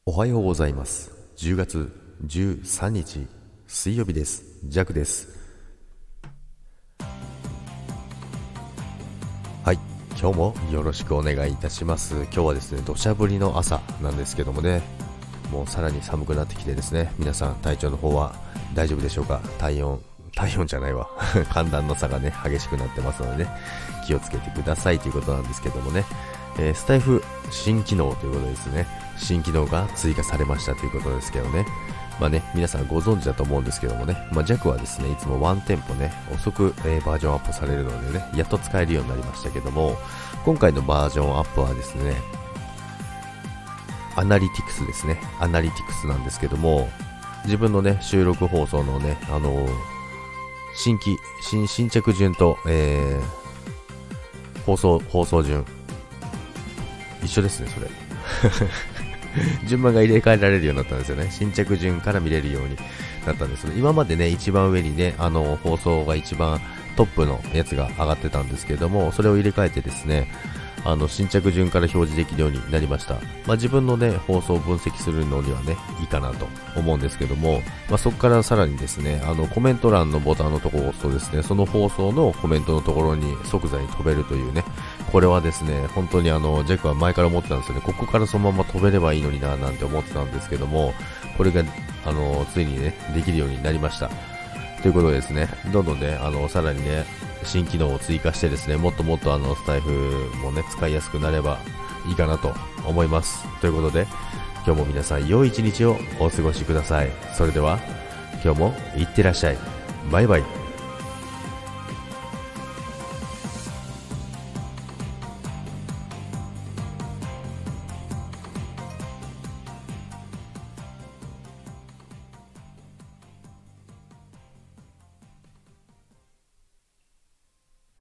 おはようございます。10月13日水曜日です。ジャクです。はい、今日もよろしくお願いいたします。今日はですね、土砂降りの朝なんですけどもね、もうさらに寒くなってきてですね、皆さん体調の方は大丈夫でしょうか。体温じゃないわ寒暖の差がね激しくなってますのでね、気をつけてくださいということなんですけどもね、スタイフ新機能ということですね。新機能が追加されましたということですけどね、まあね、皆さんご存知だと思うんですけどもね、JAK はですね、いつもワンテンポね遅く、バージョンアップされるのでね、やっと使えるようになりましたけども、今回のバージョンアップはですね、アナリティクスですね。アナリティクスなんですけども、自分のね収録放送のね新着順と、放送順一緒ですね、それ順番が入れ替えられるようになったんですよね。新着順から見れるようになったんですね。今までね、一番上にね、放送が一番トップのやつが上がってたんですけれども、それを入れ替えてですね、新着順から表示できるようになりました。自分のね、放送を分析するのにはね、いいかなと思うんですけども、そこからさらにですね、コメント欄のボタンのところを押すとですね、その放送のコメントのところに即座に飛べるというね、これはですね、本当にジャックは前から思ってたんですよね。ここからそのまま飛べればいいのにな、なんて思ってたんですけども、これが、ついにね、できるようになりました。ということでですね、どんどんね、さらにね、新機能を追加してですね、もっともっとスタイフもね、使いやすくなればいいかなと思います。ということで、今日も皆さん良い一日をお過ごしください。それでは、今日もいってらっしゃい。バイバイ。